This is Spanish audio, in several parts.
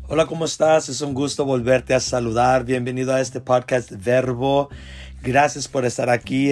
Hola, ¿cómo estás? Es un gusto volverte a saludar. Bienvenido a este podcast Verbo. Gracias por estar aquí.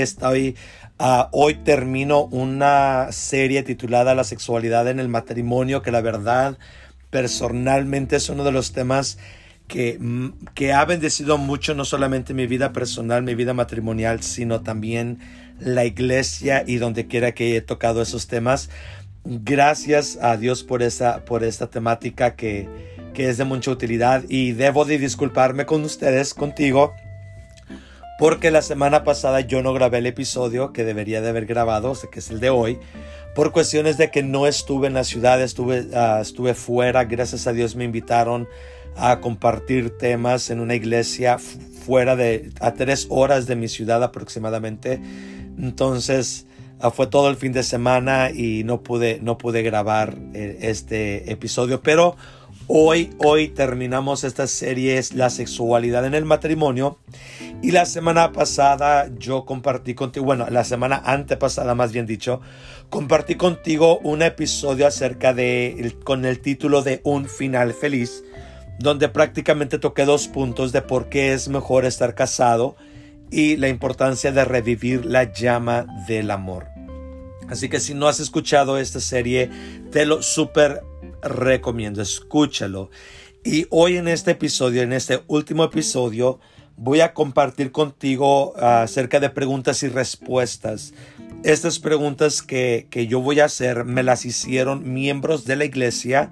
Hoy termino una serie titulada La sexualidad en el matrimonio, que la verdad personalmente es uno de los temas que ha bendecido mucho, no solamente mi vida personal, mi vida matrimonial, sino también la iglesia y donde quiera que he tocado esos temas. Gracias a Dios por esta temática que es de mucha utilidad, y debo de disculparme contigo, porque la semana pasada yo no grabé el episodio que debería de haber grabado, que es el de hoy, por cuestiones de que no estuve en la ciudad, estuve fuera. Gracias a Dios me invitaron a compartir temas en una iglesia a 3 horas de mi ciudad aproximadamente. Entonces fue todo el fin de semana y no pude grabar este episodio, pero hoy terminamos esta serie, es la sexualidad en el matrimonio. Y la semana pasada yo compartí contigo, la semana antepasada más bien dicho, compartí contigo un episodio con el título de Un final feliz, donde prácticamente toqué 2 puntos de por qué es mejor estar casado y la importancia de revivir la llama del amor. Así que si no has escuchado esta serie, te lo súper recomiendo, escúchalo. Y hoy en este último episodio, voy a compartir contigo acerca de preguntas y respuestas. Estas preguntas que yo voy a hacer me las hicieron miembros de la iglesia,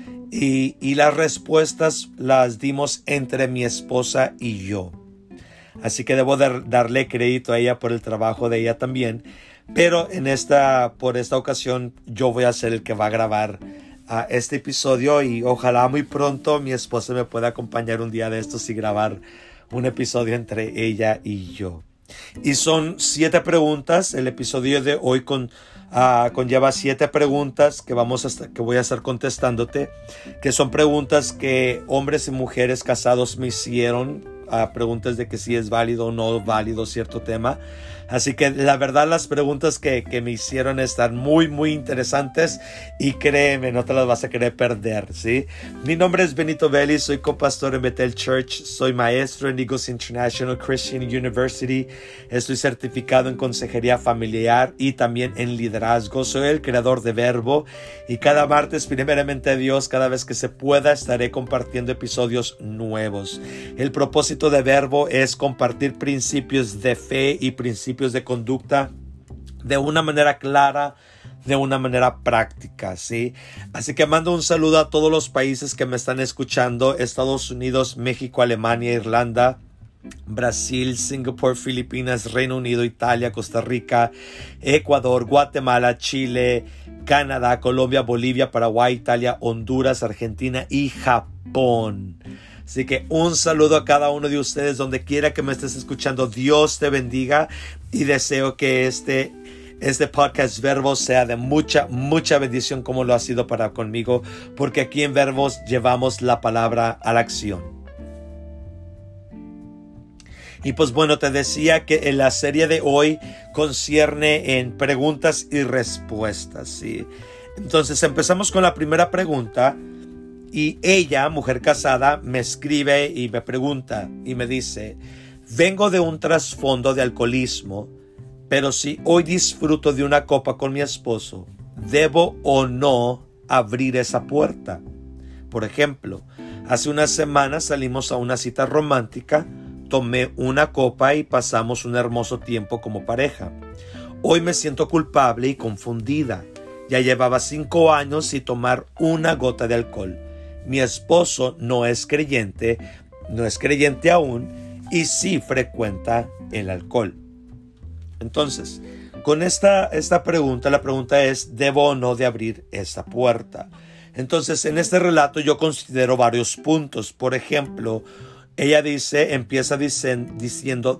y las respuestas las dimos entre mi esposa y yo. Así que debo darle crédito a ella por el trabajo de ella también. Pero por esta ocasión yo voy a ser el que va a grabar este episodio, y ojalá muy pronto mi esposa me pueda acompañar un día de estos y grabar un episodio entre ella y yo. Y son 7 preguntas. El episodio de hoy conlleva 7 preguntas que voy a estar contestándote, que son preguntas que hombres y mujeres casados me hicieron, preguntas de que si es válido o no válido cierto tema. Así que la verdad, las preguntas que me hicieron están muy muy interesantes, y créeme, no te las vas a querer perder, ¿sí? Mi nombre es Benito Vélez, soy copastor en Bethel Church, soy maestro en Eagles International Christian University, estoy certificado en consejería familiar y también en liderazgo, soy el creador de Verbo, y cada martes, primeramente Dios, cada vez que se pueda, estaré compartiendo episodios nuevos. El propósito de Verbo es compartir principios de fe y principios de conducta de una manera clara, de una manera práctica, ¿sí? Así que mando un saludo a todos los países que me están escuchando: Estados Unidos, México, Alemania, Irlanda, Brasil, Singapur, Filipinas, Reino Unido, Italia, Costa Rica, Ecuador, Guatemala, Chile, Canadá, Colombia, Bolivia, Paraguay, Italia, Honduras, Argentina y Japón. Así que un saludo a cada uno de ustedes donde quiera que me estés escuchando. Dios te bendiga, y deseo que este podcast Verbos sea de mucha bendición, como lo ha sido conmigo, porque aquí en Verbos llevamos la palabra a la acción. Y pues bueno, te decía que en la serie de hoy concierne en preguntas y respuestas, ¿sí? Entonces empezamos con la primera pregunta. Y ella, mujer casada, me escribe y me pregunta y me dice: vengo de un trasfondo de alcoholismo, pero si hoy disfruto de una copa con mi esposo, ¿debo o no abrir esa puerta? Por ejemplo, hace unas semanas salimos a una cita romántica, tomé una copa y pasamos un hermoso tiempo como pareja. Hoy me siento culpable y confundida. Ya llevaba 5 años sin tomar una gota de alcohol. Mi esposo no es creyente aún, y sí frecuenta el alcohol. Entonces, con esta pregunta, la pregunta es: ¿debo o no de abrir esta puerta? Entonces, en este relato yo considero varios puntos. Por ejemplo, ella empieza diciendo: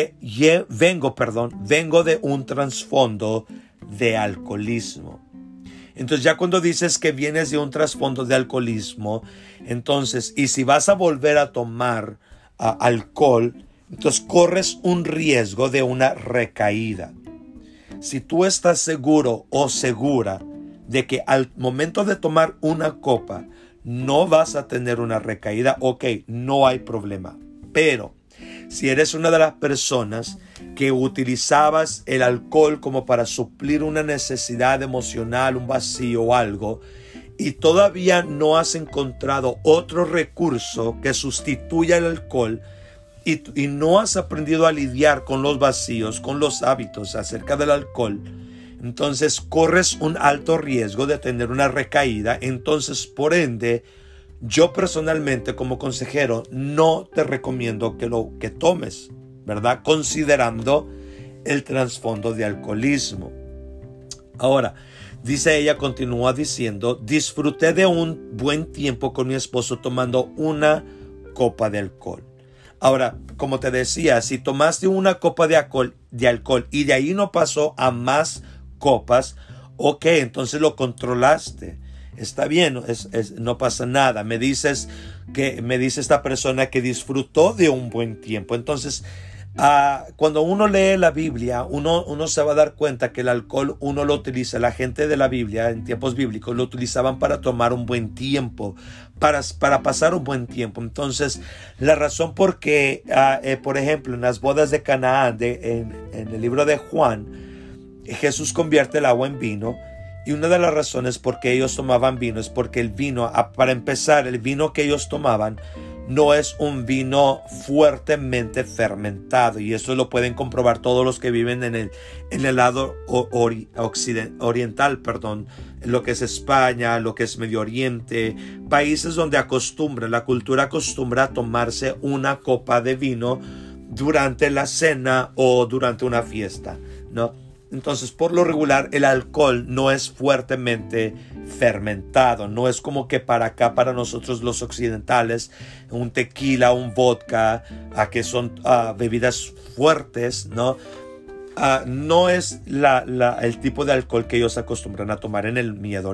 vengo de un trasfondo de alcoholismo. Entonces, ya cuando dices que vienes de un trasfondo de alcoholismo, entonces, y si vas a volver a tomar alcohol, entonces corres un riesgo de una recaída. Si tú estás seguro o segura de que al momento de tomar una copa no vas a tener una recaída. Ok, no hay problema. Pero si eres una de las personas que utilizabas el alcohol como para suplir una necesidad emocional, un vacío o algo, y todavía no has encontrado otro recurso que sustituya el alcohol, y no has aprendido a lidiar con los vacíos, con los hábitos acerca del alcohol, entonces corres un alto riesgo de tener una recaída. Entonces, por ende, yo personalmente como consejero no te recomiendo que tomes, ¿verdad? Considerando el trasfondo de alcoholismo. Ahora, dice ella, continúa diciendo, disfruté de un buen tiempo con mi esposo tomando una copa de alcohol. Ahora, como te decía, si tomaste una copa de alcohol y de ahí no pasó a más copas, ok, entonces lo controlaste. Está bien, no pasa nada. Me dice esta persona que disfrutó de un buen tiempo. Entonces, cuando uno lee la Biblia, uno se va a dar cuenta que el alcohol uno lo utiliza. La gente de la Biblia en tiempos bíblicos lo utilizaban para tomar un buen tiempo, para pasar un buen tiempo. Entonces, la razón por qué, por ejemplo, en las bodas de Canaán, en el libro de Juan, Jesús convierte el agua en vino. Y una de las razones por qué ellos tomaban vino es porque el vino, para empezar, el vino que ellos tomaban no es un vino fuertemente fermentado. Y eso lo pueden comprobar todos los que viven en el lado oriental, lo que es España, lo que es Medio Oriente, países donde la cultura acostumbra a tomarse una copa de vino durante la cena o durante una fiesta, ¿no? Entonces, por lo regular, el alcohol no es fuertemente fermentado. No es como que para nosotros los occidentales, un tequila, un vodka, que son bebidas fuertes, ¿no? No es el tipo de alcohol que ellos acostumbran a tomar en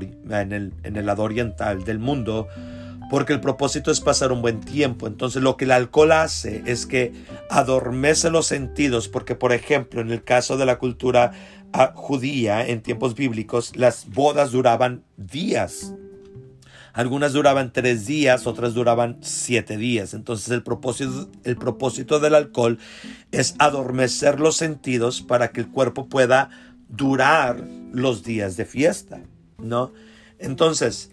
el lado oriental del mundo, porque el propósito es pasar un buen tiempo. Entonces, lo que el alcohol hace es que adormece los sentidos, porque, por ejemplo, en el caso de la cultura judía en tiempos bíblicos, las bodas duraban días. Algunas duraban 3 días, otras duraban 7 días. Entonces, el propósito del alcohol es adormecer los sentidos para que el cuerpo pueda durar los días de fiesta, ¿no? Entonces,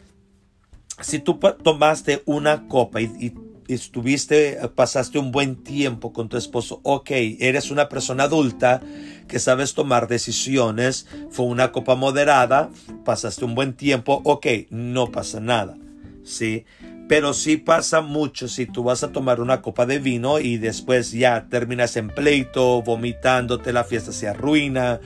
si tú tomaste una copa y pasaste un buen tiempo con tu esposo, ok, eres una persona adulta que sabes tomar decisiones, fue una copa moderada, pasaste un buen tiempo, ok, no pasa nada, ¿sí? Pero sí pasa mucho si tú vas a tomar una copa de vino y después ya terminas en pleito, vomitándote, la fiesta se arruina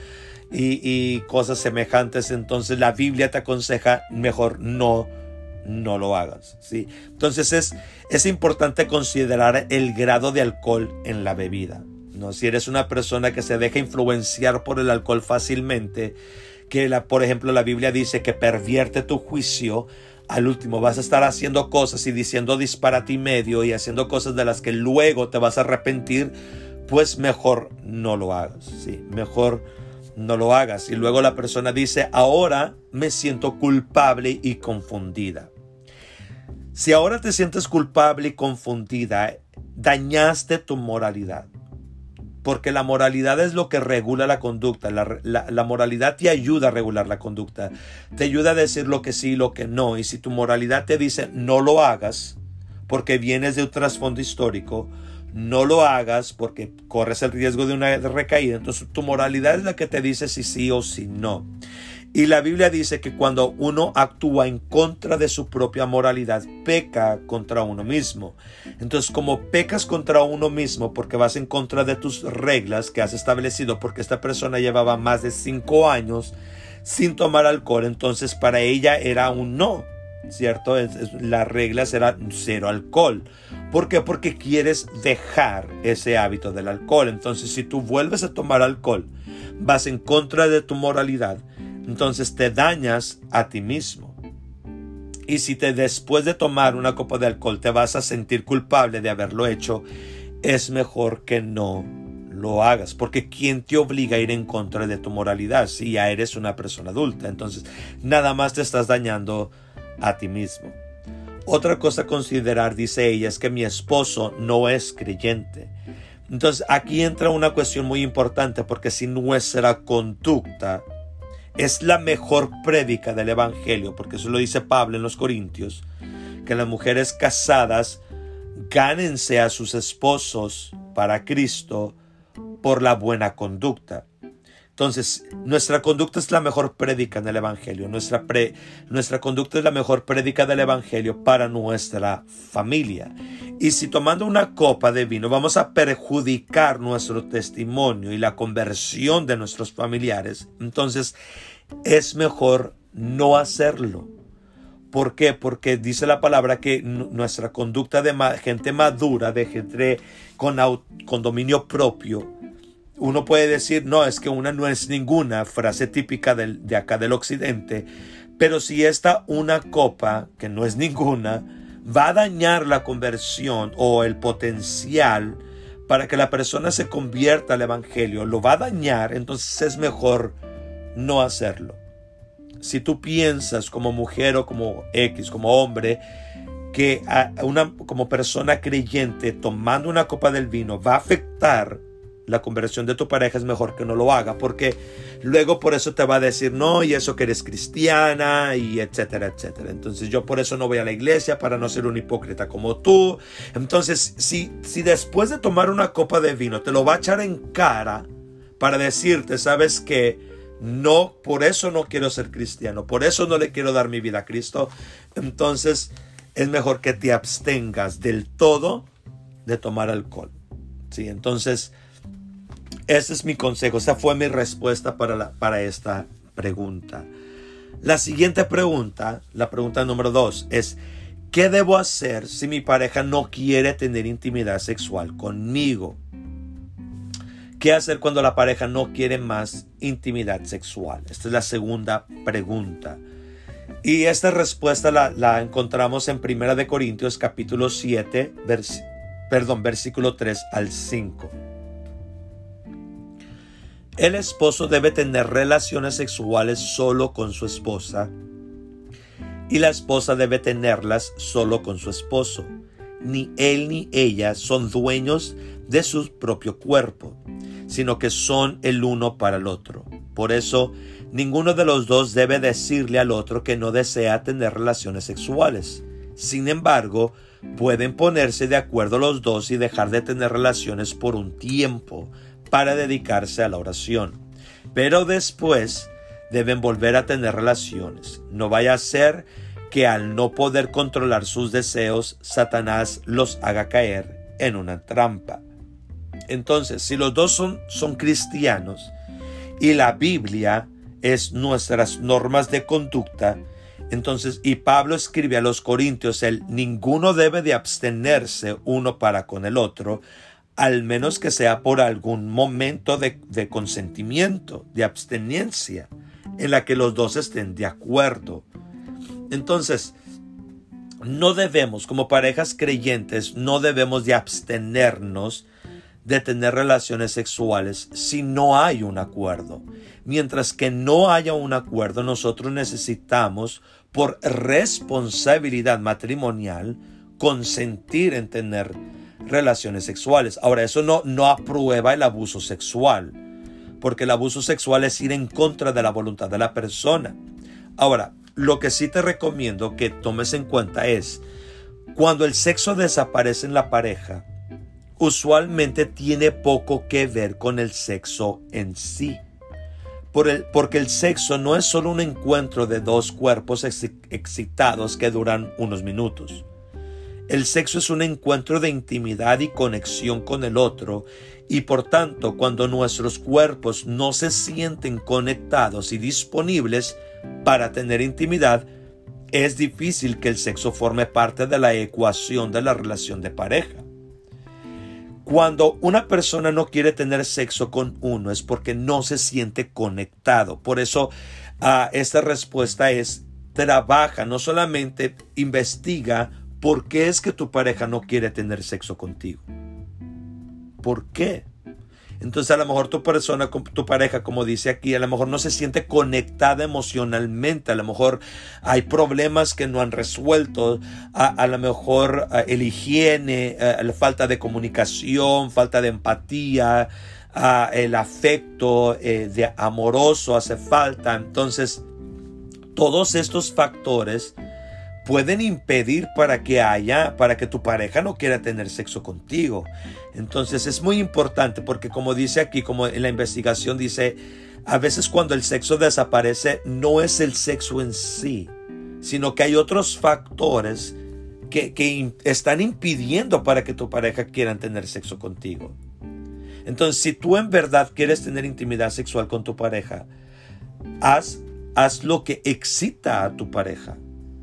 y cosas semejantes. Entonces la Biblia te aconseja mejor no lo hagas, ¿sí? Entonces es importante considerar el grado de alcohol en la bebida, ¿no? Si eres una persona que se deja influenciar por el alcohol fácilmente, por ejemplo, la Biblia dice que pervierte tu juicio, al último vas a estar haciendo cosas y diciendo disparate y medio y haciendo cosas de las que luego te vas a arrepentir, pues mejor no lo hagas, ¿sí? Mejor no lo hagas. Y luego la persona dice, ahora me siento culpable y confundida. Si ahora te sientes culpable y confundida, dañaste tu moralidad. Porque la moralidad es lo que regula la conducta. La moralidad te ayuda a regular la conducta. Te ayuda a decir lo que sí y lo que no. Y si tu moralidad te dice no lo hagas, porque vienes de un trasfondo histórico, no lo hagas porque corres el riesgo de una recaída. Entonces tu moralidad es la que te dice si sí o si no. Y la Biblia dice que cuando uno actúa en contra de su propia moralidad, peca contra uno mismo. Entonces, como pecas contra uno mismo porque vas en contra de tus reglas que has establecido, porque esta persona llevaba más de 5 años sin tomar alcohol, entonces para ella era un no, ¿cierto? Las reglas eran 0 alcohol. ¿Por qué? Porque quieres dejar ese hábito del alcohol. Entonces, si tú vuelves a tomar alcohol, vas en contra de tu moralidad, entonces te dañas a ti mismo. Y si después de tomar una copa de alcohol te vas a sentir culpable de haberlo hecho, es mejor que no lo hagas. Porque ¿quién te obliga a ir en contra de tu moralidad si ya eres una persona adulta? Entonces nada más te estás dañando a ti mismo. Otra cosa a considerar, dice ella, es que mi esposo no es creyente. Entonces aquí entra una cuestión muy importante, porque si nuestra conducta es la mejor prédica del evangelio, porque eso lo dice Pablo en los Corintios, que las mujeres casadas gánense a sus esposos para Cristo por la buena conducta. Entonces, nuestra conducta es la mejor prédica en el evangelio. Nuestra conducta es la mejor prédica del evangelio para nuestra familia. Y si tomando una copa de vino vamos a perjudicar nuestro testimonio y la conversión de nuestros familiares, entonces es mejor no hacerlo. ¿Por qué? Porque dice la palabra que nuestra conducta de gente madura, de gente con dominio propio, uno puede decir, no, es que una no es ninguna, frase típica de acá del occidente, pero si una copa, que no es ninguna, va a dañar la conversión o el potencial para que la persona se convierta al evangelio, lo va a dañar, entonces es mejor no hacerlo. Si tú piensas como mujer o como como hombre, que como persona creyente tomando una copa del vino va a afectar la conversión de tu pareja, es mejor que no lo haga, porque luego por eso te va a decir, no, y eso que eres cristiana, y etcétera, etcétera. Entonces yo por eso no voy a la iglesia, para no ser un hipócrita como tú. Entonces si después de tomar una copa de vino te lo va a echar en cara para decirte, sabes que no, por eso no quiero ser cristiano, por eso no le quiero dar mi vida a Cristo, entonces es mejor que te abstengas del todo de tomar alcohol. ¿Sí? Entonces ese es mi consejo, esa fue mi respuesta para esta pregunta. La siguiente pregunta, la pregunta número 2, es ¿qué debo hacer si mi pareja no quiere tener intimidad sexual conmigo? ¿Qué hacer cuando la pareja no quiere más intimidad sexual? Esta es la segunda pregunta. Y esta respuesta la encontramos en 1 Corintios capítulo 7, versículo 3 al 5. El esposo debe tener relaciones sexuales solo con su esposa y la esposa debe tenerlas solo con su esposo. Ni él ni ella son dueños de su propio cuerpo, sino que son el uno para el otro. Por eso, ninguno de los dos debe decirle al otro que no desea tener relaciones sexuales. Sin embargo, pueden ponerse de acuerdo los dos y dejar de tener relaciones por un tiempo para dedicarse a la oración. Pero después deben volver a tener relaciones. No vaya a ser que al no poder controlar sus deseos, Satanás los haga caer en una trampa. Entonces, si los dos son cristianos y la Biblia es nuestras normas de conducta, entonces, y Pablo escribe a los Corintios, ninguno debe de abstenerse uno para con el otro, al menos que sea por algún momento de consentimiento, de abstenencia, en la que los dos estén de acuerdo. Entonces, no debemos, como parejas creyentes, no debemos de abstenernos de tener relaciones sexuales si no hay un acuerdo. Mientras que no haya un acuerdo, nosotros necesitamos, por responsabilidad matrimonial, consentir en tener relaciones sexuales. Ahora, eso no aprueba el abuso sexual, porque el abuso sexual es ir en contra de la voluntad de la persona. Ahora, lo que sí te recomiendo que tomes en cuenta es, cuando el sexo desaparece en la pareja, usualmente tiene poco que ver con el sexo en sí. Porque el sexo no es solo un encuentro de dos cuerpos excitados que duran unos minutos. El sexo es un encuentro de intimidad y conexión con el otro, y por tanto, cuando nuestros cuerpos no se sienten conectados y disponibles para tener intimidad, es difícil que el sexo forme parte de la ecuación de la relación de pareja. Cuando una persona no quiere tener sexo con uno es porque no se siente conectado. Por eso esta respuesta es: trabaja, no solamente investiga por qué es que tu pareja no quiere tener sexo contigo. ¿Por qué? Entonces a lo mejor tu pareja, como dice aquí, a lo mejor no se siente conectada emocionalmente, a lo mejor hay problemas que no han resuelto, a lo mejor el higiene, la falta de comunicación, falta de empatía, el afecto de amoroso hace falta. Entonces todos estos factores pueden impedir para que tu pareja no quiera tener sexo contigo. Entonces es muy importante porque, como dice aquí, como en la investigación dice, a veces cuando el sexo desaparece no es el sexo en sí, sino que hay otros factores que están impidiendo para que tu pareja quiera tener sexo contigo. Entonces, si tú en verdad quieres tener intimidad sexual con tu pareja, haz lo que excita a tu pareja.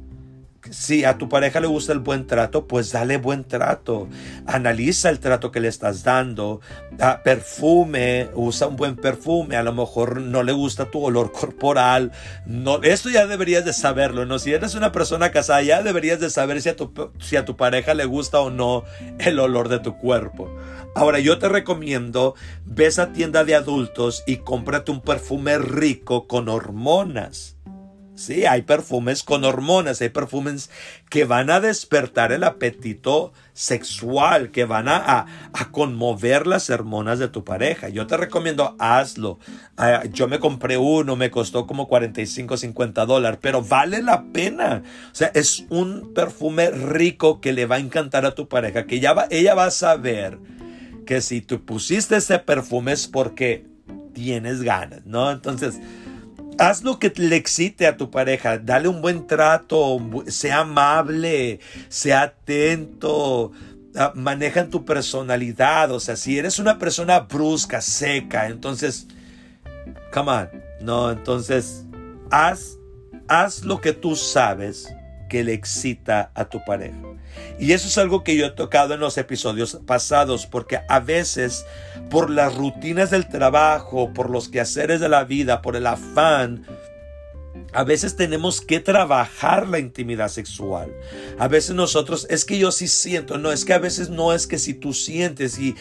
Si a tu pareja le gusta el buen trato, pues dale buen trato. Analiza el trato que le estás dando. Perfume, usa un buen perfume. A lo mejor no le gusta tu olor corporal. No, esto ya deberías de saberlo, ¿no? Si eres una persona casada, ya deberías de saber si a tu pareja le gusta o no el olor de tu cuerpo. Ahora, yo te recomiendo, ve a esa tienda de adultos y cómprate un perfume rico con hormonas. Sí, hay perfumes con hormonas, hay perfumes que van a despertar el apetito sexual, que van a conmover las hormonas de tu pareja. Yo te recomiendo, hazlo. Yo me compré uno, me costó como $45-50, pero vale la pena. O sea, es un perfume rico que le va a encantar a tu pareja, que ella va a saber que si tú pusiste ese perfume es porque tienes ganas, ¿no? Entonces, haz lo que le excite a tu pareja, dale un buen trato, sea amable, sea atento, maneja tu personalidad. O sea, si eres una persona brusca, seca, entonces, come on, no, entonces, haz lo que tú sabes que le excita a tu pareja. Y eso es algo que yo he tocado en los episodios pasados, porque a veces por las rutinas del trabajo, por los quehaceres de la vida, por el afán, a veces tenemos que trabajar la intimidad sexual. A veces nosotros, es que yo sí siento, no, es que a veces no es que si tú sientes y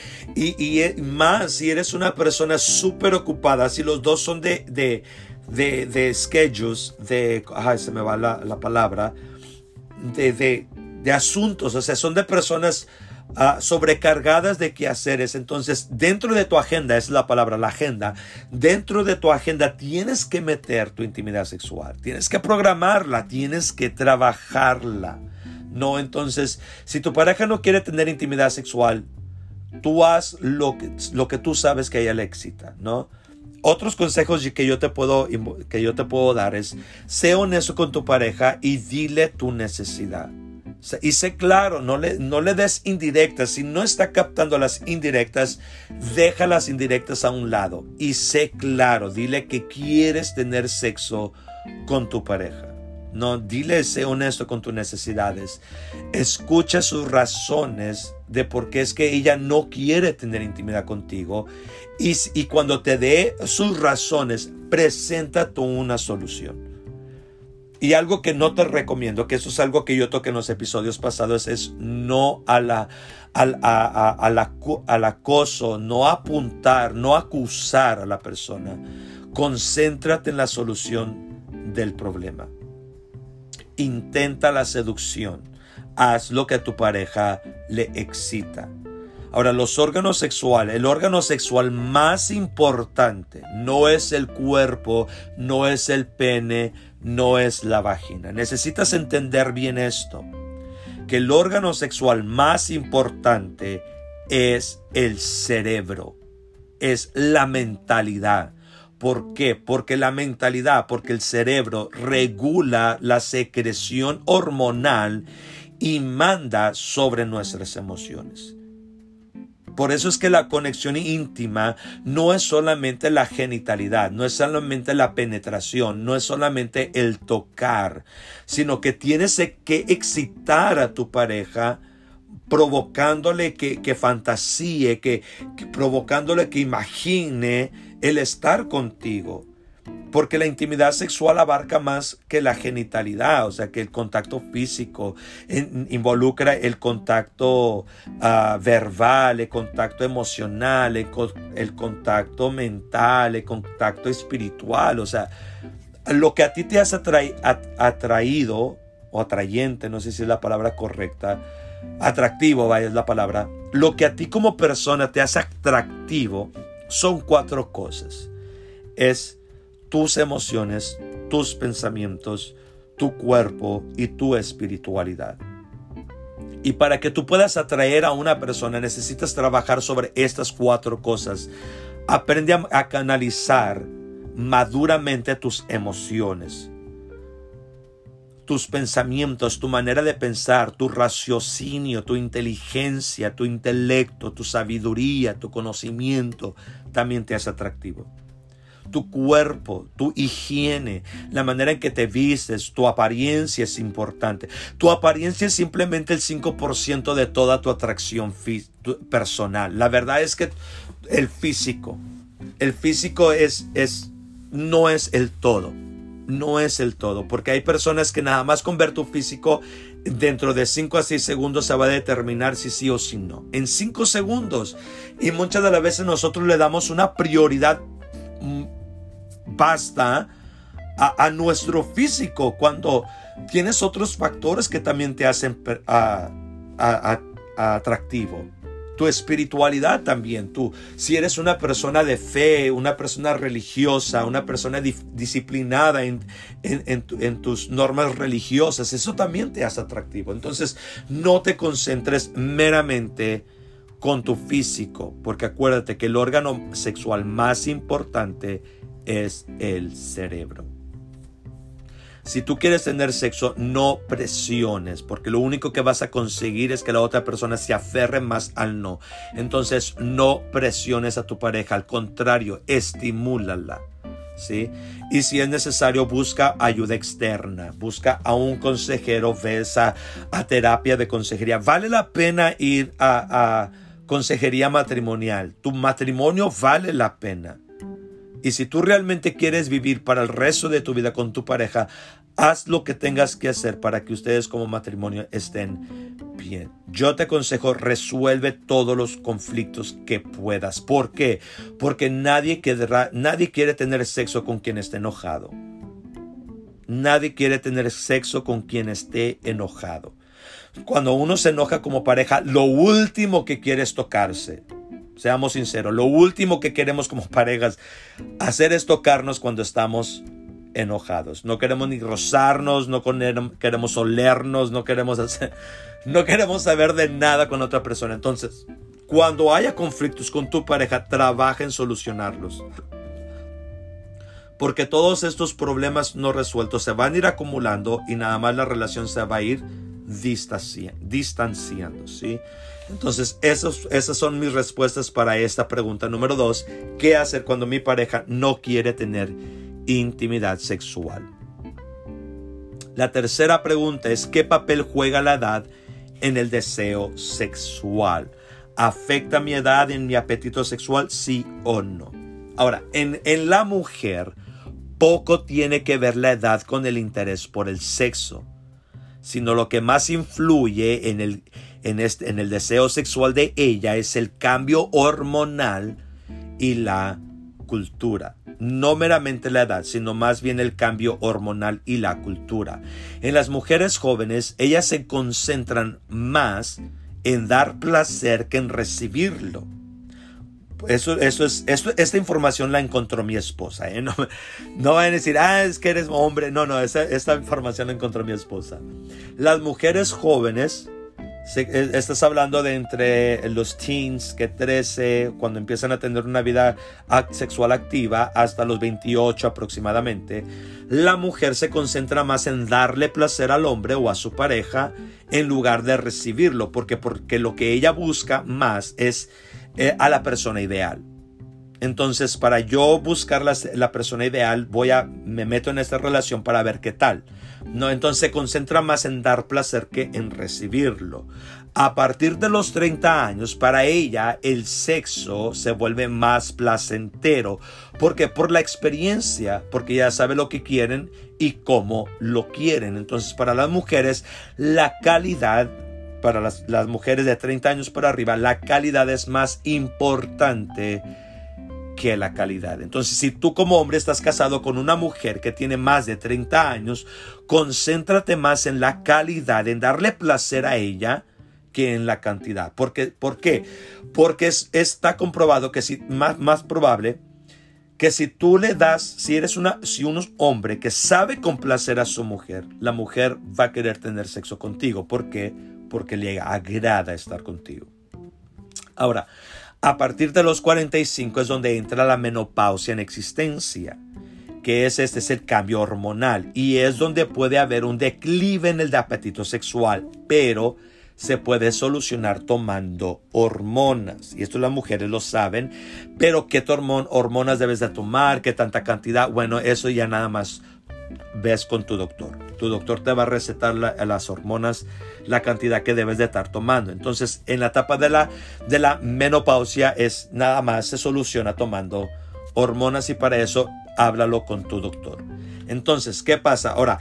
más si eres una persona súper ocupada, si los dos son de schedules, se me va la palabra, de asuntos, o sea, son de personas sobrecargadas de quehaceres. Entonces, dentro de tu agenda, es la palabra, la agenda, dentro de tu agenda tienes que meter tu intimidad sexual, tienes que programarla, tienes que trabajarla, ¿no? Entonces, si tu pareja no quiere tener intimidad sexual, tú haz lo que tú sabes que a ella le excita, ¿no? Otros consejos que yo te puedo dar es, sé honesto con tu pareja y dile tu necesidad. Y sé claro, no le des indirectas. Si no está captando las indirectas, deja las indirectas a un lado. Y sé claro, dile que quieres tener sexo con tu pareja. No, dile, sé honesto con tus necesidades. Escucha sus razones de por qué es que ella no quiere tener intimidad contigo. Y cuando te dé sus razones, presenta tú una solución. Y algo que no te recomiendo, que eso es algo que yo toqué en los episodios pasados, es no al acoso, no apuntar, no acusar a la persona. Concéntrate en la solución del problema. Intenta la seducción. Haz lo que a tu pareja le excita. Ahora, el órgano sexual más importante no es el cuerpo, no es el pene, no es la vagina. Necesitas entender bien esto, que el órgano sexual más importante es el cerebro, es la mentalidad. ¿Por qué? Porque el cerebro regula la secreción hormonal y manda sobre nuestras emociones. Por eso es que la conexión íntima no es solamente la genitalidad, no es solamente la penetración, no es solamente el tocar, sino que tienes que excitar a tu pareja, provocándole que fantasíe, provocándole que imagine el estar contigo. Porque la intimidad sexual abarca más que la genitalidad, o sea, que el contacto físico involucra el contacto verbal, el contacto emocional, el contacto mental, el contacto espiritual. O sea, lo que a ti te hace atraído o atrayente, no sé si es la palabra correcta, atractivo, vaya, es la palabra. Lo que a ti como persona te hace atractivo son 4 cosas. Es tus emociones, tus pensamientos, tu cuerpo y tu espiritualidad. Y para que tú puedas atraer a una persona necesitas trabajar sobre estas 4 cosas. Aprende a canalizar maduramente tus emociones, tus pensamientos, tu manera de pensar, tu raciocinio, tu inteligencia, tu intelecto, tu sabiduría, tu conocimiento también te hace atractivo. Tu cuerpo, tu higiene, la manera en que te vistes, tu apariencia es importante. Tu apariencia es simplemente el 5% de toda tu atracción personal. La verdad es que el físico no es el todo. No es el todo, porque hay personas que nada más con ver tu físico dentro de 5 a 6 segundos se va a determinar si sí o si no. En 5 segundos. Y muchas de las veces nosotros le damos una prioridad basta a nuestro físico cuando tienes otros factores que también te hacen atractivo. Tu espiritualidad también. Tú, si eres una persona de fe, una persona religiosa, una persona disciplinada en tus normas religiosas, eso también te hace atractivo. Entonces, no te concentres meramente con tu físico, porque acuérdate que el órgano sexual más importante es el cerebro. Si tú quieres tener sexo, no presiones, porque lo único que vas a conseguir es que la otra persona se aferre más al no. Entonces, no presiones a tu pareja, al contrario, estimúlala, ¿sí? Y si es necesario, busca ayuda externa, busca a un consejero, ves a terapia de consejería. Vale la pena ir a consejería matrimonial. Tu matrimonio vale la pena. Y si tú realmente quieres vivir para el resto de tu vida con tu pareja, haz lo que tengas que hacer para que ustedes como matrimonio estén bien. Yo te aconsejo, resuelve todos los conflictos que puedas. ¿Por qué? Porque nadie quiere tener sexo con quien esté enojado. Nadie quiere tener sexo con quien esté enojado. Cuando uno se enoja como pareja, lo último que quiere es tocarse. Seamos sinceros, lo último que queremos como parejas hacer es tocarnos cuando estamos enojados. No queremos ni rozarnos, no queremos olernos, no queremos saber de nada con otra persona. Entonces, cuando haya conflictos con tu pareja, trabaja en solucionarlos. Porque todos estos problemas no resueltos se van a ir acumulando y nada más la relación se va a ir distanciando, ¿sí? Entonces, esas son mis respuestas para esta pregunta. Número 2, ¿qué hacer cuando mi pareja no quiere tener intimidad sexual? La tercera pregunta es, ¿qué papel juega la edad en el deseo sexual? ¿Afecta mi edad en mi apetito sexual? ¿Sí o no? Ahora, en la mujer, poco tiene que ver la edad con el interés por el sexo, sino lo que más influye en el deseo sexual de ella es el cambio hormonal y la cultura. No meramente la edad, sino más bien el cambio hormonal y la cultura. En las mujeres jóvenes, ellas se concentran más en dar placer que en recibirlo. Esta información la encontró mi esposa, ¿eh? No van a decir, es que eres hombre. No, esta información la encontró mi esposa. Las mujeres jóvenes, estás hablando de entre los teens, que 13, cuando empiezan a tener una vida sexual activa, hasta los 28 aproximadamente, la mujer se concentra más en darle placer al hombre o a su pareja en lugar de recibirlo, porque lo que ella busca más es a la persona ideal. Entonces, para yo buscar la persona ideal, me meto en esta relación para ver qué tal. ¿no? Entonces se concentra más en dar placer que en recibirlo. A partir de los 30 años, para ella el sexo se vuelve más placentero. ¿Por qué? Por la experiencia, porque ya sabe lo que quieren y cómo lo quieren. Entonces, para las mujeres, la calidad, para las mujeres de 30 años para arriba, la calidad es más importante que la calidad. Entonces, si tú como hombre estás casado con una mujer que tiene más de 30 años, concéntrate más en la calidad, en darle placer a ella, que en la cantidad. ¿Por qué? Porque está comprobado que más probable que si tú le das, si un hombre que sabe complacer a su mujer, la mujer va a querer tener sexo contigo. ¿Por qué? Porque le agrada estar contigo. Ahora, a partir de los 45 es donde entra la menopausia en existencia, que este es el cambio hormonal, y es donde puede haber un declive en el apetito sexual, pero se puede solucionar tomando hormonas. Y esto las mujeres lo saben. Pero ¿qué hormonas debes de tomar? ¿Qué tanta cantidad? Bueno, eso ya nada más ves con tu doctor. Tu doctor te va a recetar las hormonas, la cantidad que debes de estar tomando. Entonces, en la etapa de la menopausia es nada más se soluciona tomando hormonas, y para eso háblalo con tu doctor. Entonces, ¿qué pasa? Ahora,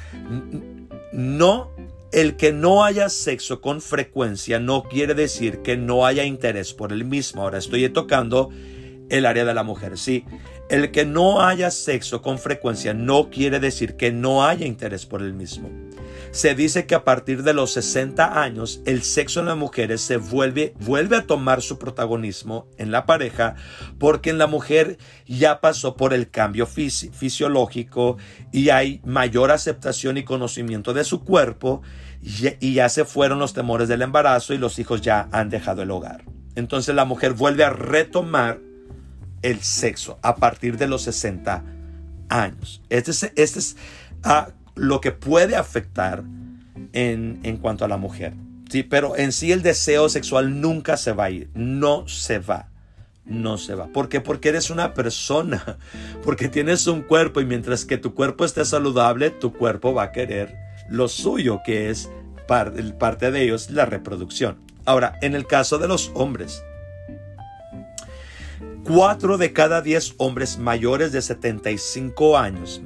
el que no haya sexo con frecuencia no quiere decir que no haya interés por el mismo. Ahora estoy tocando el área de la mujer. Sí, el que no haya sexo con frecuencia no quiere decir que no haya interés por el mismo. Se dice que a partir de los 60 años el sexo en las mujeres se vuelve a tomar su protagonismo en la pareja, porque en la mujer ya pasó por el cambio fisiológico y hay mayor aceptación y conocimiento de su cuerpo, y ya se fueron los temores del embarazo y los hijos ya han dejado el hogar. Entonces la mujer vuelve a retomar el sexo a partir de los 60 años. Este es lo que puede afectar en cuanto a la mujer. Sí, pero en sí el deseo sexual nunca se va a ir. No se va. ¿Por qué? Porque eres una persona. Porque tienes un cuerpo, y mientras que tu cuerpo esté saludable, tu cuerpo va a querer lo suyo, que es parte de ellos, la reproducción. Ahora, en el caso de los hombres, 4 de cada 10 hombres mayores de 75 años,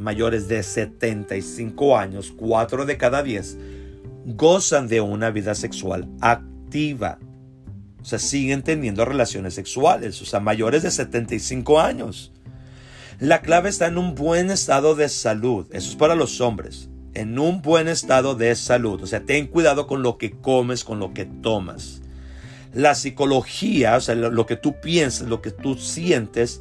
4 de cada 10 gozan de una vida sexual activa. O sea, siguen teniendo relaciones sexuales, o sea, mayores de 75 años. La clave está en un buen estado de salud. Eso es para los hombres. En un buen estado de salud. O sea, ten cuidado con lo que comes, con lo que tomas. La psicología, o sea, lo que tú piensas, lo que tú sientes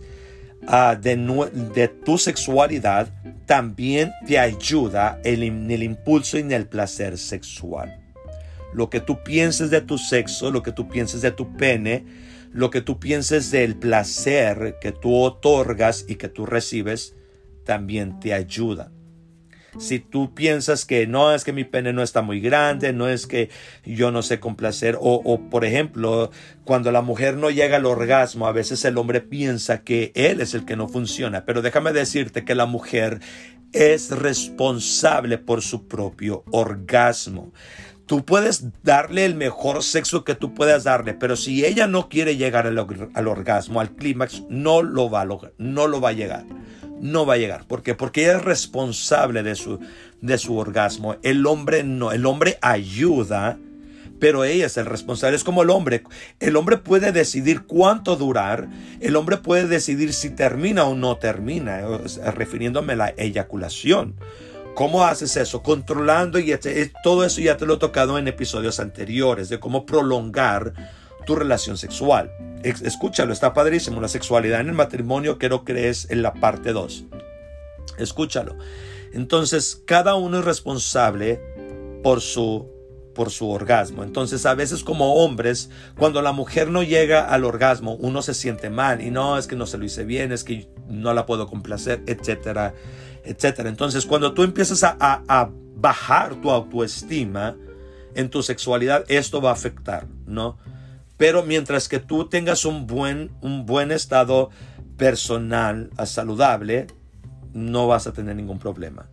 de tu sexualidad, también te ayuda en el impulso y en el placer sexual. Lo que tú pienses de tu sexo, lo que tú pienses de tu pene, lo que tú pienses del placer que tú otorgas y que tú recibes, también te ayuda. Si tú piensas que no, es que mi pene no está muy grande, no es que yo no sé complacer, o por ejemplo, cuando la mujer no llega al orgasmo, a veces el hombre piensa que él es el que no funciona, pero déjame decirte que la mujer es responsable por su propio orgasmo. Tú puedes darle el mejor sexo que tú puedas darle, pero si ella no quiere llegar al orgasmo, al clímax, no lo va a lograr, no lo va a llegar. No va a llegar. ¿Por qué? Porque ella es responsable de su orgasmo. El hombre no. El hombre ayuda, pero ella es el responsable. Es como el hombre. El hombre puede decidir cuánto durar. El hombre puede decidir si termina o no termina, refiriéndome a la eyaculación. ¿Cómo haces eso? Controlando, y todo eso ya te lo he tocado en episodios anteriores, de cómo prolongar tu relación sexual. Escúchalo, está padrísimo. La sexualidad en el matrimonio, creo que es en la parte 2. Escúchalo. Entonces, cada uno es responsable por su orgasmo. Entonces, a veces como hombres, cuando la mujer no llega al orgasmo, uno se siente mal. Y no, es que no se lo hice bien, es que no la puedo complacer, etcétera, etcétera. Entonces, cuando tú empiezas a bajar tu autoestima en tu sexualidad, esto va a afectar, ¿no? Pero mientras que tú tengas un buen estado personal saludable, no vas a tener ningún problema.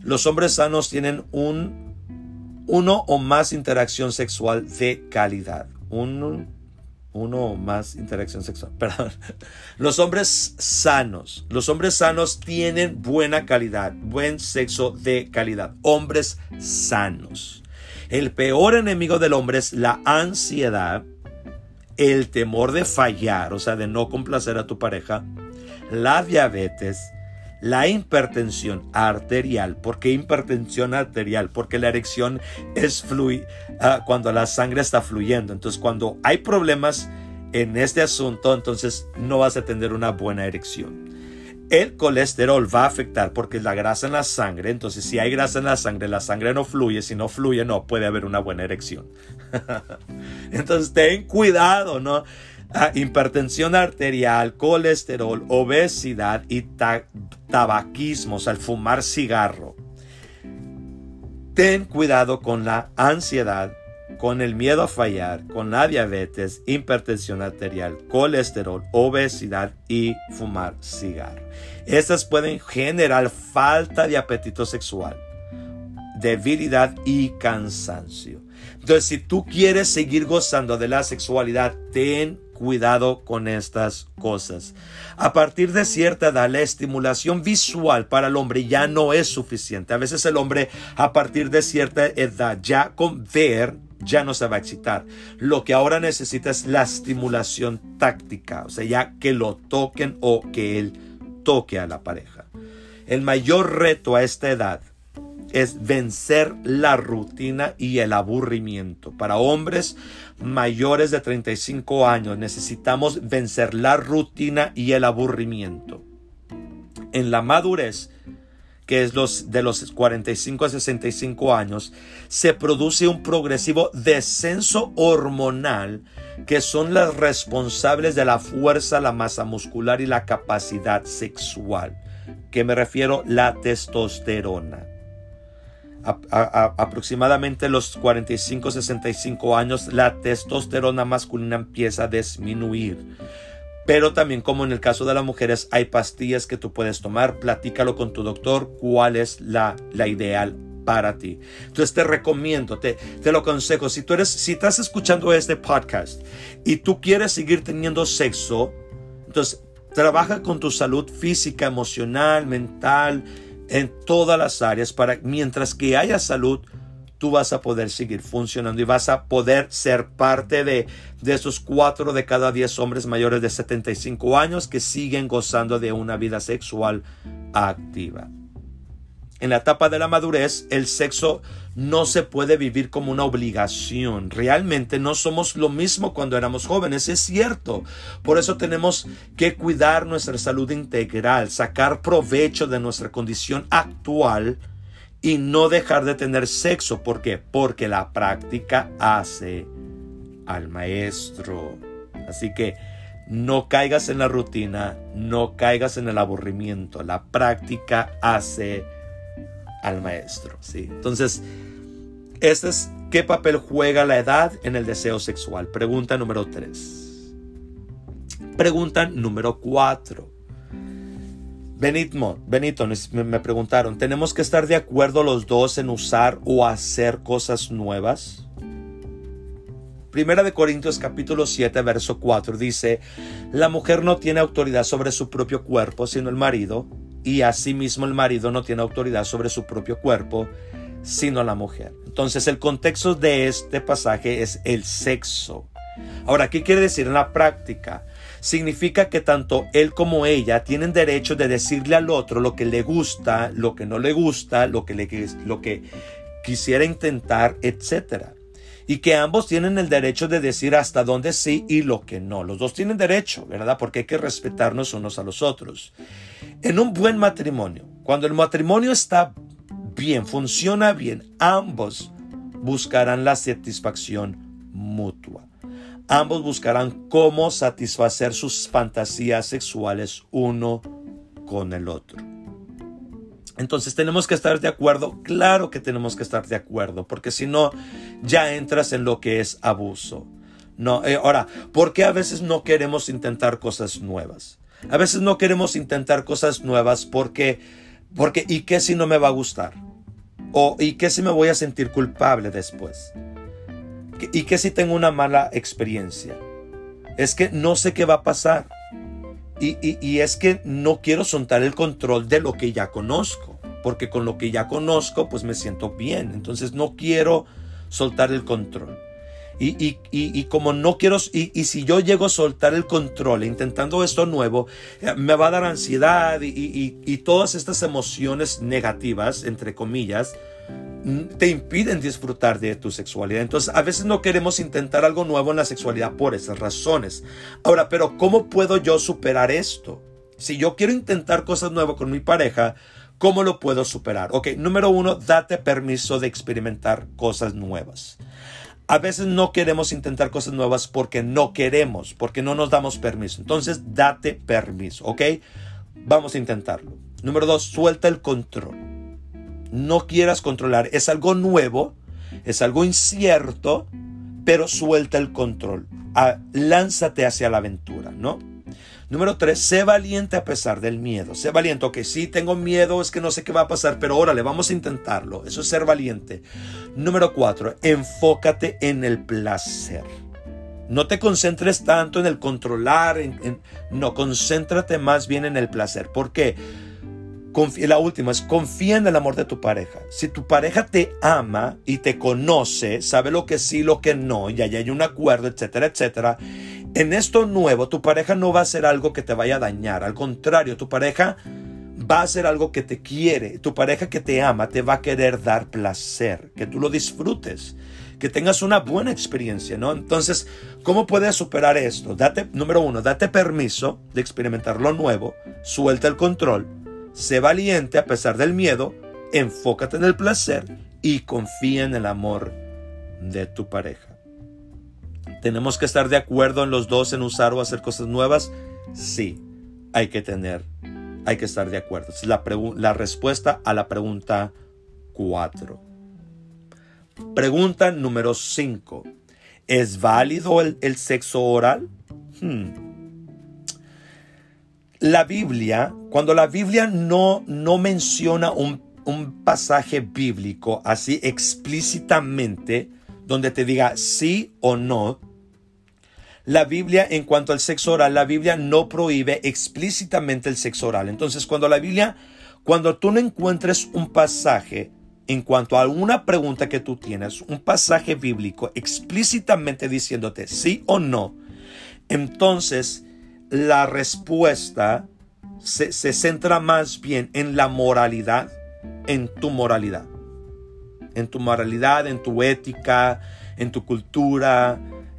Los hombres sanos tienen uno o más interacción sexual de calidad. Uno o más interacción sexual. Perdón. Los hombres sanos tienen buena calidad, buen sexo de calidad. Hombres sanos. El peor enemigo del hombre es la ansiedad, el temor de fallar, o sea, de no complacer a tu pareja, la diabetes, la hipertensión arterial. ¿Por qué hipertensión arterial? Porque la erección es cuando la sangre está fluyendo. Entonces, cuando hay problemas en este asunto, entonces no vas a tener una buena erección. El colesterol va a afectar porque es la grasa en la sangre. Entonces, si hay grasa en la sangre no fluye. Si no fluye, no puede haber una buena erección. Entonces, ten cuidado, ¿no? Hipertensión arterial, colesterol, obesidad y tabaquismo, o sea, el fumar cigarro. Ten cuidado con la ansiedad, con el miedo a fallar, con la diabetes, hipertensión arterial, colesterol, obesidad y fumar cigarro. Estas pueden generar falta de apetito sexual, debilidad y cansancio. Entonces, si tú quieres seguir gozando de la sexualidad, ten cuidado con estas cosas. A partir de cierta edad, la estimulación visual para el hombre ya no es suficiente. A veces el hombre, a partir de cierta edad, ya con ver, ya no se va a excitar. Lo que ahora necesita es la estimulación táctica, o sea, ya que lo toquen o que él toque a la pareja. El mayor reto a esta edad es vencer la rutina y el aburrimiento. Para hombres mayores de 35 años necesitamos vencer la rutina y el aburrimiento. En la madurez, que es de los 45 a 65 años, se produce un progresivo descenso hormonal que son las responsables de la fuerza, la masa muscular y la capacidad sexual. ¿Qué me refiero? La testosterona. Aproximadamente los 45-65 años, la testosterona masculina empieza a disminuir. Pero también, como en el caso de las mujeres, hay pastillas que tú puedes tomar. Platícalo con tu doctor cuál es la ideal para ti. Entonces te recomiendo, te lo aconsejo. Si estás escuchando este podcast y tú quieres seguir teniendo sexo, entonces trabaja con tu salud física, emocional, mental, en todas las áreas, mientras que haya salud, tú vas a poder seguir funcionando y vas a poder ser parte de esos 4 de cada 10 hombres mayores de 75 años que siguen gozando de una vida sexual activa. En la etapa de la madurez, el sexo no se puede vivir como una obligación. Realmente no somos lo mismo cuando éramos jóvenes, es cierto. Por eso tenemos que cuidar nuestra salud integral, sacar provecho de nuestra condición actual y no dejar de tener sexo. ¿Por qué? Porque la práctica hace al maestro. Así que no caigas en la rutina, no caigas en el aburrimiento. La práctica hace al maestro, ¿sí? Entonces, ¿qué papel juega la edad en el deseo sexual? Pregunta número 3. Pregunta número 4. Benito, me preguntaron, ¿tenemos que estar de acuerdo los dos en usar o hacer cosas nuevas? Primera de Corintios capítulo 7, verso 4 dice, la mujer no tiene autoridad sobre su propio cuerpo, sino el marido, y asimismo el marido no tiene autoridad sobre su propio cuerpo, sino la mujer. Entonces el contexto de este pasaje es el sexo. Ahora, ¿qué quiere decir en la práctica? Significa que tanto él como ella tienen derecho de decirle al otro lo que le gusta, lo que no le gusta, lo que quisiera intentar, etcétera. Y que ambos tienen el derecho de decir hasta dónde sí y lo que no. Los dos tienen derecho, ¿verdad? Porque hay que respetarnos unos a los otros. En un buen matrimonio, cuando el matrimonio está bien, funciona bien, ambos buscarán la satisfacción mutua. Ambos buscarán cómo satisfacer sus fantasías sexuales uno con el otro. Entonces tenemos que estar de acuerdo. Claro que tenemos que estar de acuerdo, porque si no, ya entras en lo que es abuso. No, ahora, ¿por qué a veces no queremos intentar cosas nuevas? A veces no queremos intentar cosas nuevas porque ¿y qué si no me va a gustar? ¿Y qué si me voy a sentir culpable después? ¿Y qué si tengo una mala experiencia? Es que no sé qué va a pasar. Y es que no quiero soltar el control de lo que ya conozco. Porque con lo que ya conozco, pues me siento bien. Entonces no quiero soltar el control. Y como no quiero, y si yo llego a soltar el control intentando esto nuevo, me va a dar ansiedad y todas estas emociones negativas, entre comillas, te impiden disfrutar de tu sexualidad. Entonces a veces no queremos intentar algo nuevo en la sexualidad por esas razones. Ahora, pero ¿cómo puedo yo superar esto? Si yo quiero intentar cosas nuevas con mi pareja, ¿cómo lo puedo superar? Ok, número 1, date permiso de experimentar cosas nuevas. A veces no queremos intentar cosas nuevas porque no queremos, porque no nos damos permiso. Entonces, date permiso, ¿ok? Vamos a intentarlo. Número 2, suelta el control. No quieras controlar. Es algo nuevo, es algo incierto, pero suelta el control. Lánzate hacia la aventura, ¿no? Número 3, sé valiente a pesar del miedo. Sé valiente, ok, sí tengo miedo, es que no sé qué va a pasar, pero órale, vamos a intentarlo. Eso es ser valiente. Número 4, enfócate en el placer. No te concentres tanto en el controlar, no, concéntrate más bien en el placer. ¿Por qué? La última es confía en el amor de tu pareja. Si tu pareja te ama y te conoce, sabe lo que sí, lo que no, y allá hay un acuerdo, etcétera, etcétera. En esto nuevo, tu pareja no va a hacer algo que te vaya a dañar. Al contrario, tu pareja va a hacer algo que te quiere. Tu pareja que te ama te va a querer dar placer, que tú lo disfrutes, que tengas una buena experiencia, ¿no? Entonces, ¿cómo puedes superar esto? Número 1, date permiso de experimentar lo nuevo, suelta el control, sé valiente a pesar del miedo, enfócate en el placer y confía en el amor de tu pareja. ¿Tenemos que estar de acuerdo en los dos en usar o hacer cosas nuevas? Sí, hay que estar de acuerdo. Es la respuesta a la pregunta 4. Pregunta número 5. ¿Es válido el sexo oral? La Biblia, cuando la Biblia no menciona un pasaje bíblico así explícitamente, donde te diga sí o no, la Biblia, en cuanto al sexo oral, la Biblia no prohíbe explícitamente el sexo oral. Entonces, cuando tú no encuentres un pasaje en cuanto a alguna pregunta que tú tienes, un pasaje bíblico explícitamente diciéndote sí o no, entonces la respuesta se centra más bien en la moralidad, en tu moralidad. En tu moralidad, en tu ética, en tu cultura,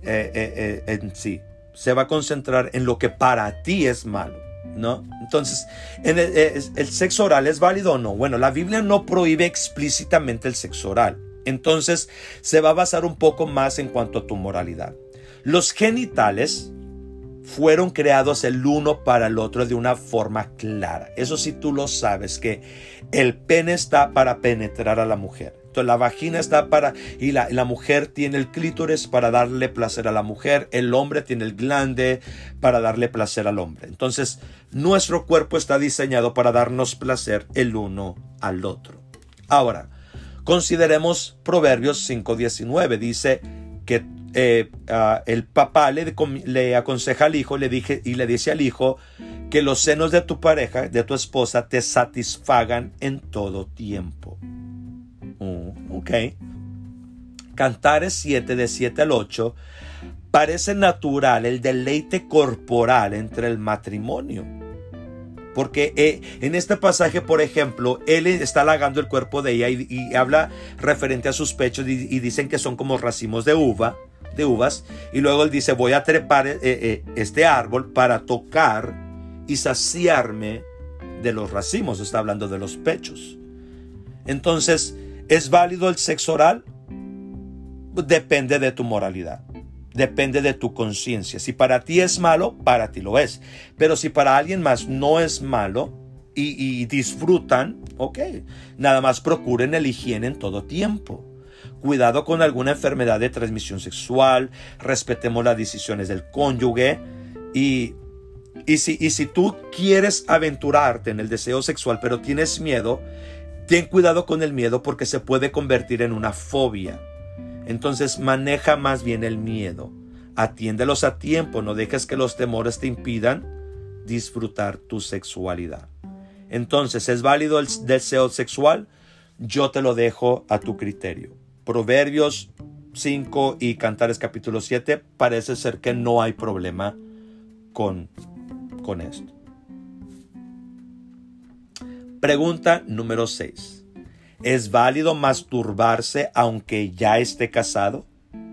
en sí. Se va a concentrar en lo que para ti es malo, ¿no? Entonces, ¿el sexo oral es válido o no? Bueno, la Biblia no prohíbe explícitamente el sexo oral. Entonces, se va a basar un poco más en cuanto a tu moralidad. Los genitales fueron creados el uno para el otro de una forma clara. Eso sí tú lo sabes, que el pene está para penetrar a la mujer. Entonces la vagina está y la mujer tiene el clítoris para darle placer a la mujer. El hombre tiene el glande para darle placer al hombre. Entonces nuestro cuerpo está diseñado para darnos placer el uno al otro. Ahora, consideremos Proverbios 5:19. Dice que el papá le aconseja al hijo y le dice al hijo que los senos de tu pareja, de tu esposa, te satisfagan en todo tiempo. Ok. Cantares 7, de 7 al 8. Parece natural el deleite corporal entre el matrimonio. Porque en este pasaje, por ejemplo, él está halagando el cuerpo de ella y habla referente a sus pechos y dicen que son como racimos de uvas. Y luego él dice, voy a trepar este árbol para tocar y saciarme de los racimos. Está hablando de los pechos. Entonces, ¿es válido el sexo oral? Depende de tu moralidad. Depende de tu conciencia. Si para ti es malo, para ti lo es. Pero si para alguien más no es malo y disfrutan, ok. Nada más procuren el higiene en todo tiempo. Cuidado con alguna enfermedad de transmisión sexual. Respetemos las decisiones del cónyuge. Y si tú quieres aventurarte en el deseo sexual, pero tienes miedo, Ten cuidado con el miedo porque se puede convertir en una fobia. Entonces maneja más bien el miedo. Atiéndelos a tiempo, no dejes que los temores te impidan disfrutar tu sexualidad. Entonces, ¿es válido el deseo sexual? Yo te lo dejo a tu criterio. Proverbios 5 y Cantares capítulo 7 parece ser que no hay problema con esto. Pregunta número 6. ¿Es válido masturbarse aunque ya esté casado?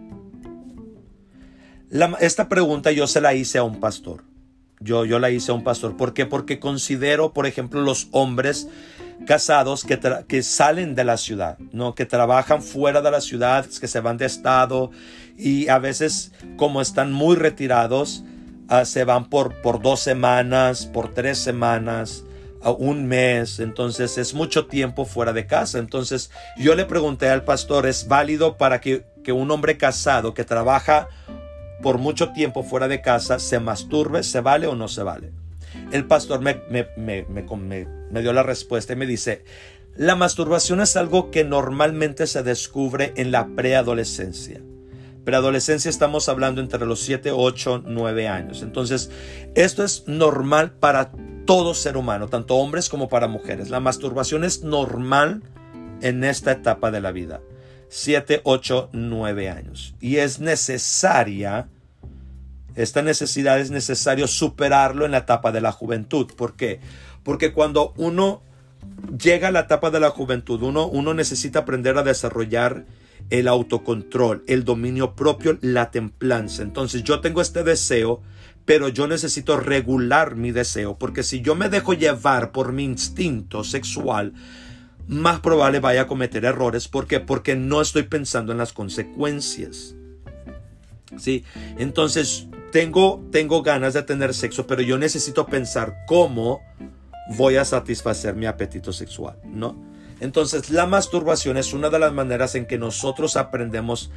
Esta pregunta yo se la hice a un pastor. Yo la hice a un pastor. ¿Por qué? Porque considero, por ejemplo, los hombres casados que salen de la ciudad, ¿no? Que trabajan fuera de la ciudad, que se van de estado y a veces, como están muy retirados, se van por 2 semanas, por 3 semanas, un mes. Entonces es mucho tiempo fuera de casa. Entonces yo le pregunté al pastor, ¿es válido para que un hombre casado que trabaja por mucho tiempo fuera de casa se masturbe? ¿Se vale o no se vale? El pastor me dio la respuesta y me dice: la masturbación es algo que normalmente se descubre en la preadolescencia. Preadolescencia estamos hablando entre los 7, 8, 9 años. Entonces esto es normal para todo ser humano, tanto hombres como para mujeres. La masturbación es normal en esta etapa de la vida. 7, 8, 9 años. Y es necesaria, esta necesidad es necesario superarlo en la etapa de la juventud. ¿Por qué? Porque cuando uno llega a la etapa de la juventud, uno necesita aprender a desarrollar el autocontrol, el dominio propio, la templanza. Entonces yo tengo este deseo, pero yo necesito regular mi deseo, porque si yo me dejo llevar por mi instinto sexual, más probable vaya a cometer errores. ¿Por qué? Porque no estoy pensando en las consecuencias. ¿Sí? Entonces tengo ganas de tener sexo, pero yo necesito pensar cómo voy a satisfacer mi apetito sexual, ¿no? Entonces la masturbación es una de las maneras en que nosotros aprendemos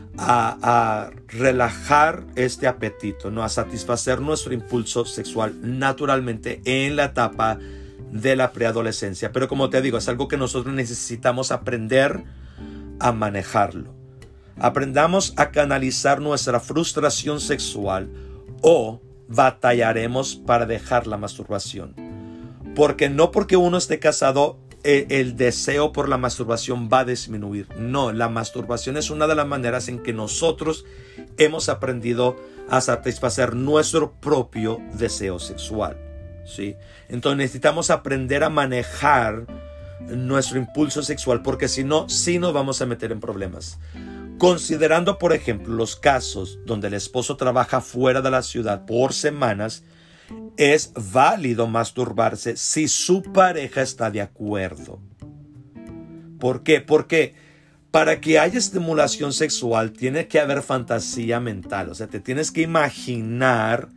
a relajar este apetito, ¿no? A satisfacer nuestro impulso sexual naturalmente en la etapa de la preadolescencia. Pero como te digo, es algo que nosotros necesitamos aprender a manejarlo. Aprendamos a canalizar nuestra frustración sexual o batallaremos para dejar la masturbación. Porque no porque uno esté casado el deseo por la masturbación va a disminuir. No, la masturbación es una de las maneras en que nosotros hemos aprendido a satisfacer nuestro propio deseo sexual, ¿sí? Entonces necesitamos aprender a manejar nuestro impulso sexual, porque si no, sí nos vamos a meter en problemas. Considerando, por ejemplo, los casos donde el esposo trabaja fuera de la ciudad por semanas, es válido masturbarse si su pareja está de acuerdo. ¿Por qué? Porque para que haya estimulación sexual tiene que haber fantasía mental. O sea, te tienes que imaginar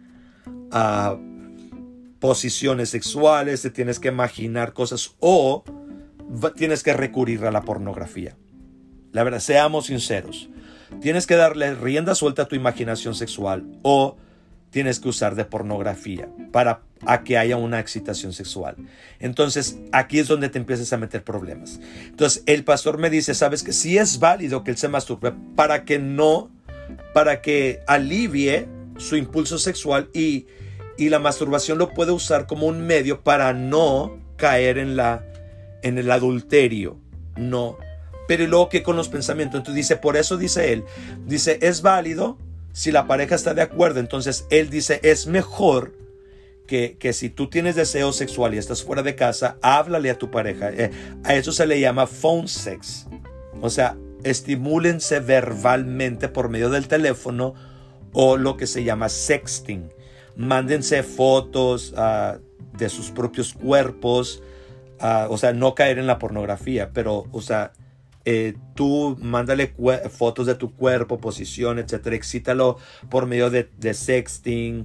posiciones sexuales, te tienes que imaginar cosas, o tienes que recurrir a la pornografía. La verdad, seamos sinceros. Tienes que darle rienda suelta a tu imaginación sexual, o tienes que usar de pornografía para que haya una excitación sexual. Entonces aquí es donde te empiezas a meter problemas. Entonces el pastor me dice, sabes que sí es válido que él se masturbe para que alivie su impulso sexual, y la masturbación lo puede usar como un medio para no caer en el adulterio. No. Pero luego, ¿qué con los pensamientos? Entonces dice, por eso dice él, dice, es válido si la pareja está de acuerdo. Entonces él dice, es mejor que si tú tienes deseo sexual y estás fuera de casa, háblale a tu pareja. A eso se le llama phone sex. O sea, estimúlense verbalmente por medio del teléfono, o lo que se llama sexting. Mándense fotos de sus propios cuerpos. O sea, no caer en la pornografía, pero, o sea, tú mándale fotos de tu cuerpo, posición, etcétera. Excítalo por medio de sexting,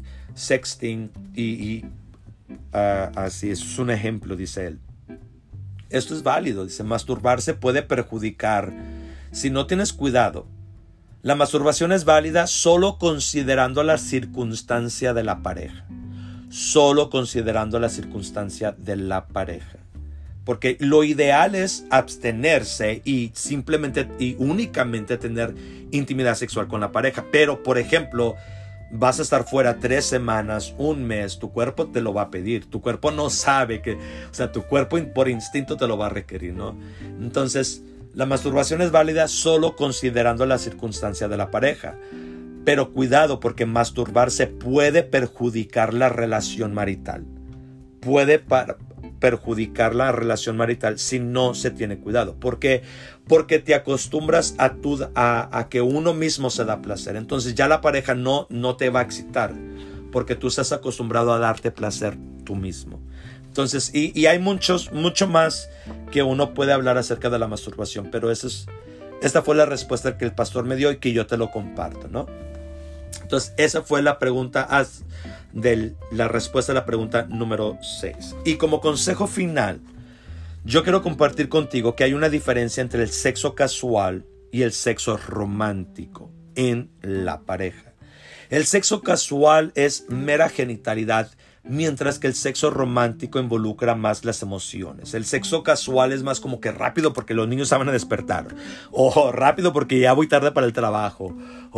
y así. Eso es un ejemplo, dice él. Esto es válido. Dice, masturbarse puede perjudicar si no tienes cuidado. La masturbación es válida solo considerando la circunstancia de la pareja. Solo considerando la circunstancia de la pareja. Porque lo ideal es abstenerse y simplemente y únicamente tener intimidad sexual con la pareja. Pero, por ejemplo, vas a estar fuera 3 semanas, un mes, tu cuerpo te lo va a pedir. Tu cuerpo no sabe que, o sea, tu cuerpo por instinto te lo va a requerir, ¿no? Entonces, la masturbación es válida solo considerando la circunstancia de la pareja. Pero cuidado, porque masturbarse puede perjudicar la relación marital. Puede perjudicar la relación marital si no se tiene cuidado. ¿Por qué? Porque te acostumbras a que uno mismo se da placer. Entonces ya la pareja no te va a excitar, porque tú estás acostumbrado a darte placer tú mismo. Entonces, y hay mucho más que uno puede hablar acerca de la masturbación, pero esta fue la respuesta que el pastor me dio y que yo te lo comparto, ¿no? Entonces, esa fue la pregunta la respuesta a la pregunta número 6. Y como consejo final, yo quiero compartir contigo que hay una diferencia entre el sexo casual y el sexo romántico en la pareja. El sexo casual es mera genitalidad, mientras que el sexo romántico involucra más las emociones. El sexo casual es más como que rápido porque los niños se van a despertar, o rápido porque ya voy tarde para el trabajo,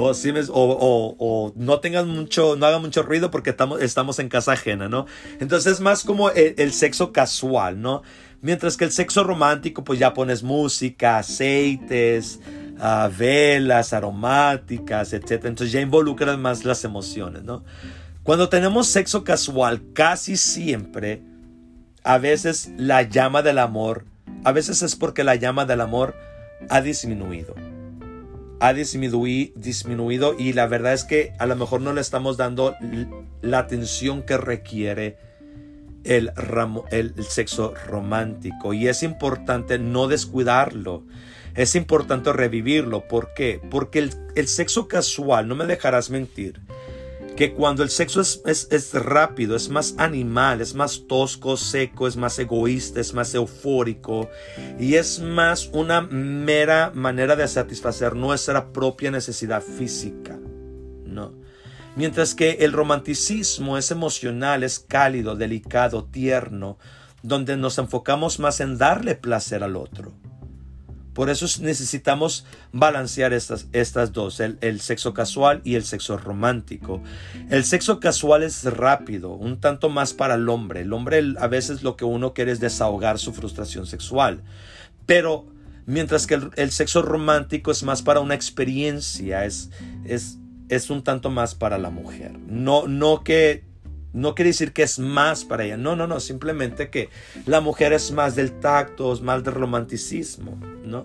o no hagan mucho ruido porque estamos en casa ajena, ¿no? Entonces es más como el sexo casual, ¿no? Mientras que el sexo romántico, pues ya pones música, aceites, velas aromáticas, etc. Entonces ya involucras más las emociones, ¿no? Cuando tenemos sexo casual, casi siempre, a veces la llama del amor, a veces es porque la llama del amor ha disminuido. Ha disminuido y la verdad es que a lo mejor no le estamos dando la atención que requiere el sexo romántico. Y es importante no descuidarlo. Es importante revivirlo. ¿Por qué? Porque el sexo casual, no me dejarás mentir, que cuando el sexo es rápido, es más animal, es más tosco, seco, es más egoísta, es más eufórico y es más una mera manera de satisfacer nuestra propia necesidad física, ¿no? Mientras que el romanticismo es emocional, es cálido, delicado, tierno, donde nos enfocamos más en darle placer al otro. Por eso necesitamos balancear estas dos, el sexo casual y el sexo romántico. El sexo casual es rápido, un tanto más para el hombre. El hombre a veces lo que uno quiere es desahogar su frustración sexual. Pero mientras que el sexo romántico es más para una experiencia, es un tanto más para la mujer. No quiere decir que es más para ella. No. Simplemente que la mujer es más del tacto, es más del romanticismo, ¿no?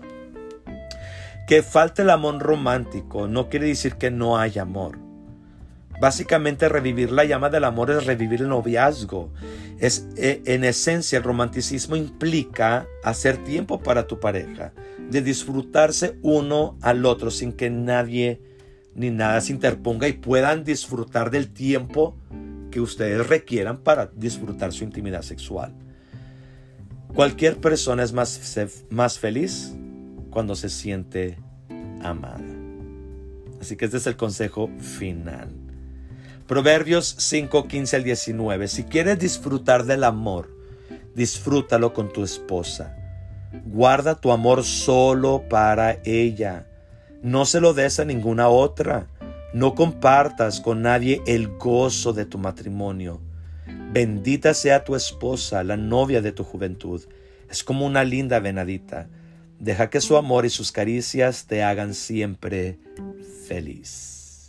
Que falte el amor romántico no quiere decir que no hay amor. Básicamente revivir la llama del amor es revivir el noviazgo. En esencia el romanticismo implica hacer tiempo para tu pareja, de disfrutarse uno al otro sin que nadie ni nada se interponga y puedan disfrutar del tiempo que ustedes requieran para disfrutar su intimidad sexual. Cualquier persona es más feliz cuando se siente amada. Así que este es el consejo final. Proverbios 5:15 al 19. Si quieres disfrutar del amor, disfrútalo con tu esposa. Guarda tu amor solo para ella. No se lo des a ninguna otra. No compartas con nadie el gozo de tu matrimonio. Bendita sea tu esposa, la novia de tu juventud. Es como una linda venadita. Deja que su amor y sus caricias te hagan siempre feliz.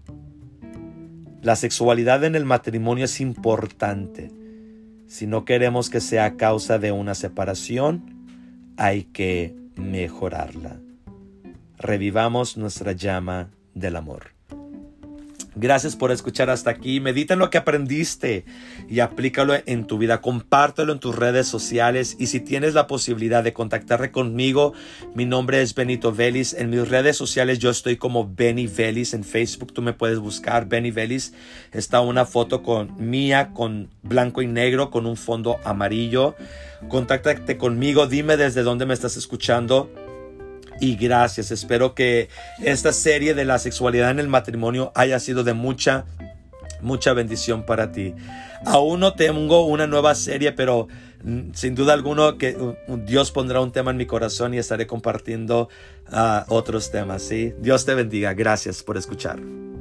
La sexualidad en el matrimonio es importante. Si no queremos que sea a causa de una separación, hay que mejorarla. Revivamos nuestra llama del amor. Gracias por escuchar hasta aquí. Medita en lo que aprendiste y aplícalo en tu vida. Compártelo en tus redes sociales. Y si tienes la posibilidad de contactarte conmigo, mi nombre es Benito Vélez. En mis redes sociales yo estoy como Benny Vélez. En Facebook tú me puedes buscar Benny Vélez. Está una foto mía con blanco y negro con un fondo amarillo. Contáctate conmigo. Dime desde dónde me estás escuchando. Y gracias, espero que esta serie de la sexualidad en el matrimonio haya sido de mucha mucha bendición para ti. Aún no tengo una nueva serie, pero sin duda alguna que Dios pondrá un tema en mi corazón y estaré compartiendo otros temas, ¿sí? Dios te bendiga. Gracias por escuchar.